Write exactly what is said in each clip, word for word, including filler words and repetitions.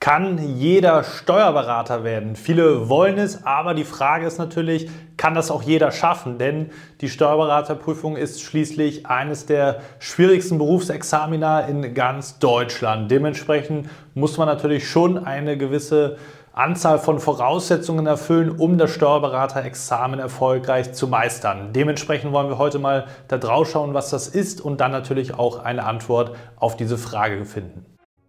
Kann jeder Steuerberater werden? Viele wollen es, aber die Frage ist natürlich, kann das auch jeder schaffen? Denn die Steuerberaterprüfung ist schließlich eines der schwierigsten Berufsexamina in ganz Deutschland. Dementsprechend muss man natürlich schon eine gewisse Anzahl von Voraussetzungen erfüllen, um das Steuerberaterexamen erfolgreich zu meistern. Dementsprechend wollen wir heute mal da drauf schauen, was das ist und dann natürlich auch eine Antwort auf diese Frage finden.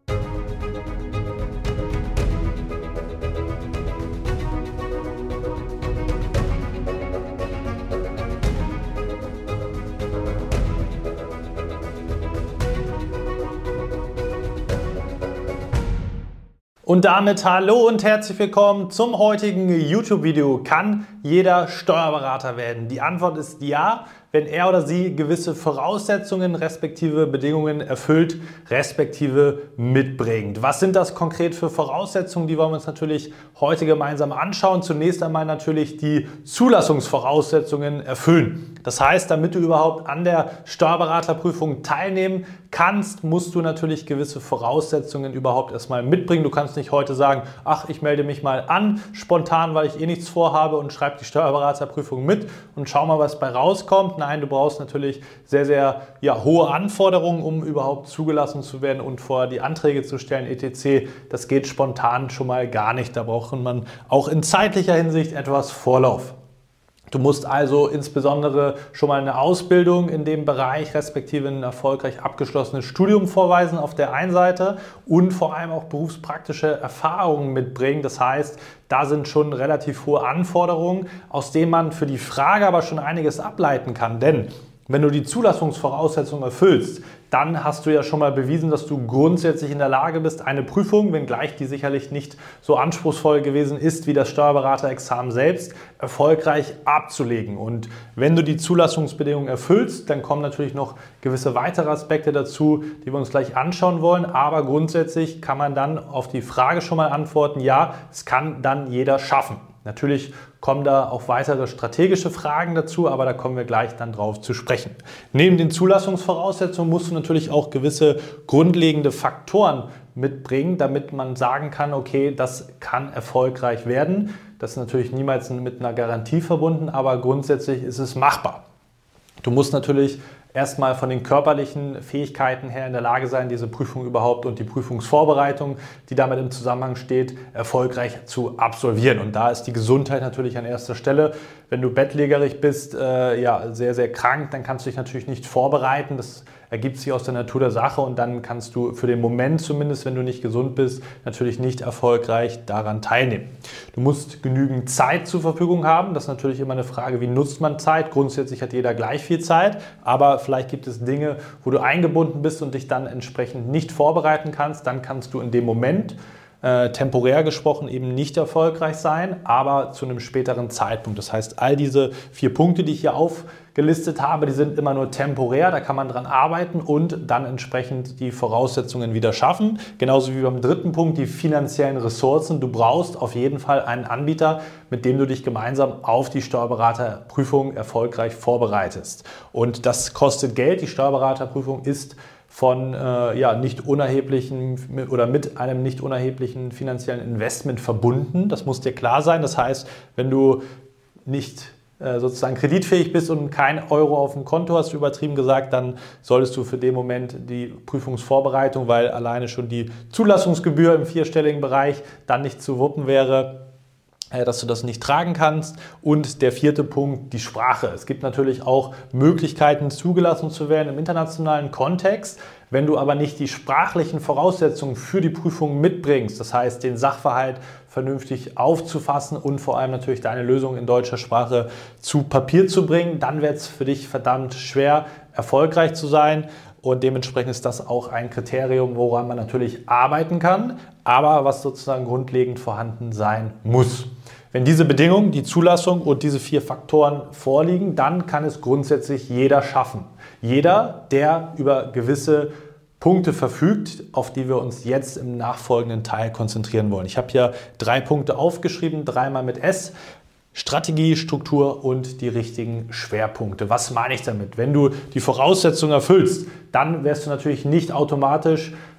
Und damit hallo und herzlich willkommen zum heutigen YouTube-Video. Kann jeder Steuerberater werden? Die Antwort ist ja, wenn er oder sie gewisse Voraussetzungen respektive Bedingungen erfüllt, respektive mitbringt. Was sind das konkret für Voraussetzungen? Die wollen wir uns natürlich heute gemeinsam anschauen. Zunächst einmal natürlich die Zulassungsvoraussetzungen erfüllen. Das heißt, damit du überhaupt an der Steuerberaterprüfung teilnehmen kannst, musst du natürlich gewisse Voraussetzungen überhaupt erstmal mitbringen. Du kannst nicht heute sagen, ach, ich melde mich mal an, spontan, weil ich eh nichts vorhabe und schreibe die Steuerberaterprüfung mit und schau mal, was bei rauskommt. Nein, du brauchst natürlich sehr, sehr ja, hohe Anforderungen, um überhaupt zugelassen zu werden und vorher die Anträge zu stellen, et cetera. Das geht spontan schon mal gar nicht. Da braucht man auch in zeitlicher Hinsicht etwas Vorlauf. Du musst also insbesondere schon mal eine Ausbildung in dem Bereich, respektive ein erfolgreich abgeschlossenes Studium vorweisen auf der einen Seite und vor allem auch berufspraktische Erfahrungen mitbringen. Das heißt, da sind schon relativ hohe Anforderungen, aus denen man für die Frage aber schon einiges ableiten kann. Denn wenn du die Zulassungsvoraussetzungen erfüllst, dann hast du ja schon mal bewiesen, dass du grundsätzlich in der Lage bist, eine Prüfung, wenngleich die sicherlich nicht so anspruchsvoll gewesen ist wie das Steuerberaterexamen selbst, erfolgreich abzulegen. Und wenn du die Zulassungsbedingungen erfüllst, dann kommen natürlich noch gewisse weitere Aspekte dazu, die wir uns gleich anschauen wollen. Aber grundsätzlich kann man dann auf die Frage schon mal antworten, ja, es kann dann jeder schaffen. Natürlich kommen da auch weitere strategische Fragen dazu, aber da kommen wir gleich dann drauf zu sprechen. Neben den Zulassungsvoraussetzungen musst du natürlich auch gewisse grundlegende Faktoren mitbringen, damit man sagen kann, okay, das kann erfolgreich werden. Das ist natürlich niemals mit einer Garantie verbunden, aber grundsätzlich ist es machbar. Du musst natürlich erstmal von den körperlichen Fähigkeiten her in der Lage sein, diese Prüfung überhaupt und die Prüfungsvorbereitung, die damit im Zusammenhang steht, erfolgreich zu absolvieren. Und da ist die Gesundheit natürlich an erster Stelle. Wenn du bettlägerig bist, äh, ja, sehr, sehr krank, dann kannst du dich natürlich nicht vorbereiten. Das ergibt sich aus der Natur der Sache und dann kannst du für den Moment zumindest, wenn du nicht gesund bist, natürlich nicht erfolgreich daran teilnehmen. Du musst genügend Zeit zur Verfügung haben. Das ist natürlich immer eine Frage, wie nutzt man Zeit? Grundsätzlich hat jeder gleich viel Zeit, aber vielleicht gibt es Dinge, wo du eingebunden bist und dich dann entsprechend nicht vorbereiten kannst. Dann kannst du in dem Moment Äh, temporär gesprochen eben nicht erfolgreich sein, aber zu einem späteren Zeitpunkt. Das heißt, all diese vier Punkte, die ich hier aufgelistet habe, die sind immer nur temporär, da kann man dran arbeiten und dann entsprechend die Voraussetzungen wieder schaffen. Genauso wie beim dritten Punkt, die finanziellen Ressourcen. Du brauchst auf jeden Fall einen Anbieter, mit dem du dich gemeinsam auf die Steuerberaterprüfung erfolgreich vorbereitest. Und das kostet Geld. Die Steuerberaterprüfung ist von äh, ja, nicht unerheblichen oder mit einem nicht unerheblichen finanziellen Investment verbunden. Das muss dir klar sein. Das heißt, wenn du nicht äh, sozusagen kreditfähig bist und kein Euro auf dem Konto hast, übertrieben gesagt, dann solltest du für den Moment die Prüfungsvorbereitung, weil alleine schon die Zulassungsgebühr im vierstelligen Bereich dann nicht zu wuppen wäre, dass du das nicht tragen kannst. Und der vierte Punkt, die Sprache. Es gibt natürlich auch Möglichkeiten, zugelassen zu werden im internationalen Kontext. Wenn du aber nicht die sprachlichen Voraussetzungen für die Prüfung mitbringst, das heißt, den Sachverhalt vernünftig aufzufassen und vor allem natürlich deine Lösung in deutscher Sprache zu Papier zu bringen, dann wird es für dich verdammt schwer, erfolgreich zu sein. Und dementsprechend ist das auch ein Kriterium, woran man natürlich arbeiten kann, aber was sozusagen grundlegend vorhanden sein muss. Wenn diese Bedingungen, die Zulassung und diese vier Faktoren vorliegen, dann kann es grundsätzlich jeder schaffen. Jeder, der über gewisse Punkte verfügt, auf die wir uns jetzt im nachfolgenden Teil konzentrieren wollen. Ich habe hier drei Punkte aufgeschrieben, dreimal mit S. Strategie, Struktur und die richtigen Schwerpunkte. Was meine ich damit? Wenn du die Voraussetzungen erfüllst, dann wirst du natürlich nicht automatisch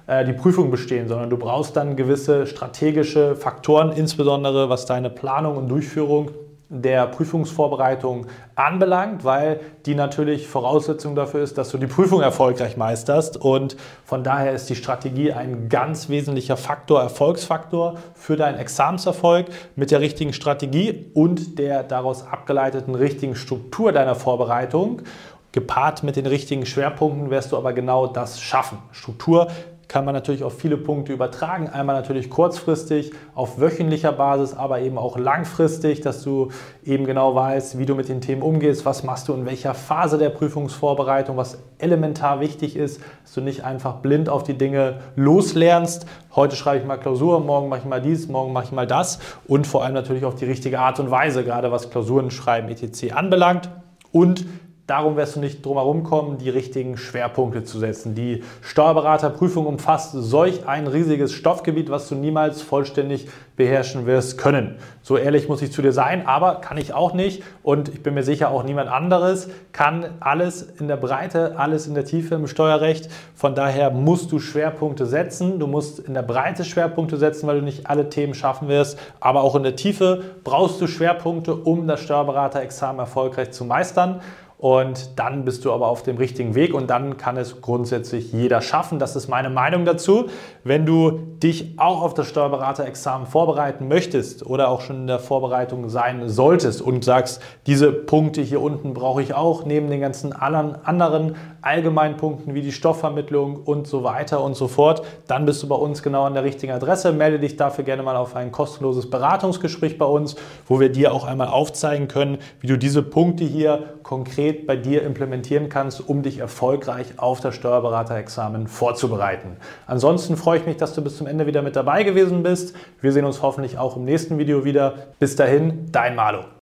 äh, die Prüfung bestehen, sondern du brauchst dann gewisse strategische Faktoren, insbesondere was deine Planung und Durchführung der Prüfungsvorbereitung anbelangt, weil die natürlich Voraussetzung dafür ist, dass du die Prüfung erfolgreich meisterst, und von daher ist die Strategie ein ganz wesentlicher Faktor, Erfolgsfaktor für deinen Examenserfolg. Mit der richtigen Strategie und der daraus abgeleiteten richtigen Struktur deiner Vorbereitung, gepaart mit den richtigen Schwerpunkten, wirst du aber genau das schaffen. Struktur kann man natürlich auf viele Punkte übertragen. Einmal natürlich kurzfristig, auf wöchentlicher Basis, aber eben auch langfristig, dass du eben genau weißt, wie du mit den Themen umgehst, was machst du in welcher Phase der Prüfungsvorbereitung, was elementar wichtig ist, dass du nicht einfach blind auf die Dinge loslernst. Heute schreibe ich mal Klausur, morgen mache ich mal dies, morgen mache ich mal das, und vor allem natürlich auf die richtige Art und Weise, gerade was Klausuren schreiben et cetera anbelangt. Und darum wirst du nicht drum herum kommen, die richtigen Schwerpunkte zu setzen. Die Steuerberaterprüfung umfasst solch ein riesiges Stoffgebiet, was du niemals vollständig beherrschen wirst können. So ehrlich muss ich zu dir sein, aber kann ich auch nicht, und ich bin mir sicher, auch niemand anderes kann alles in der Breite, alles in der Tiefe im Steuerrecht. Von daher musst du Schwerpunkte setzen. Du musst in der Breite Schwerpunkte setzen, weil du nicht alle Themen schaffen wirst, aber auch in der Tiefe brauchst du Schwerpunkte, um das Steuerberaterexamen erfolgreich zu meistern. Und dann bist du aber auf dem richtigen Weg, und dann kann es grundsätzlich jeder schaffen. Das ist meine Meinung dazu. Wenn du dich auch auf das Steuerberaterexamen vorbereiten möchtest oder auch schon in der Vorbereitung sein solltest und sagst, diese Punkte hier unten brauche ich auch, neben den ganzen anderen allgemeinen Punkten wie die Stoffvermittlung und so weiter und so fort, dann bist du bei uns genau an der richtigen Adresse. Melde dich dafür gerne mal auf ein kostenloses Beratungsgespräch bei uns, wo wir dir auch einmal aufzeigen können, wie du diese Punkte hier konkret bei dir implementieren kannst, um dich erfolgreich auf das Steuerberaterexamen vorzubereiten. Ansonsten freue ich mich, dass du bis zum Ende wieder mit dabei gewesen bist. Wir sehen uns hoffentlich auch im nächsten Video wieder. Bis dahin, dein Marlo.